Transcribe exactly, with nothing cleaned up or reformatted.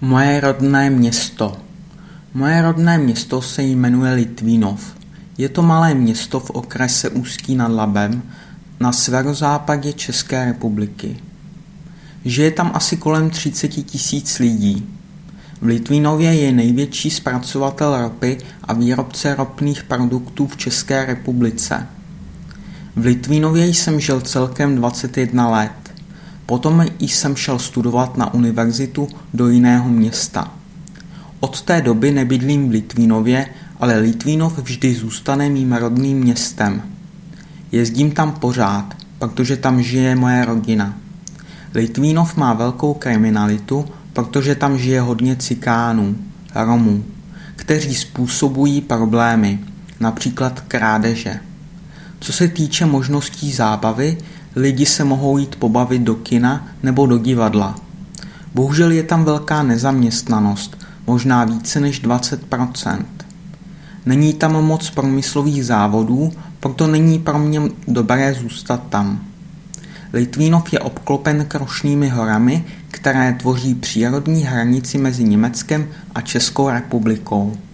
Moje rodné město. Moje rodné město se jmenuje Litvínov. Je to malé město v okrese Ústí nad Labem na severozápadě České republiky. Žije tam asi kolem třicet tisíc lidí. V Litvínově je největší zpracovatel ropy a výrobce ropných produktů v České republice. V Litvínově jsem žil celkem dvacet jedna let. Potom jsem šel studovat na univerzitu do jiného města. Od té doby nebydlím v Litvínově, ale Litvínov vždy zůstane mým rodným městem. Jezdím tam pořád, protože tam žije moje rodina. Litvínov má velkou kriminalitu, protože tam žije hodně cikánů, Romů, kteří způsobují problémy, například krádeže. Co se týče možností zábavy, lidi se mohou jít pobavit do kina nebo do divadla. Bohužel je tam velká nezaměstnanost, možná více než dvacet procent. Není tam moc průmyslových závodů, proto není pro mě dobré zůstat tam. Litvínov je obklopen Krušnými horami, které tvoří přírodní hranici mezi Německem a Českou republikou.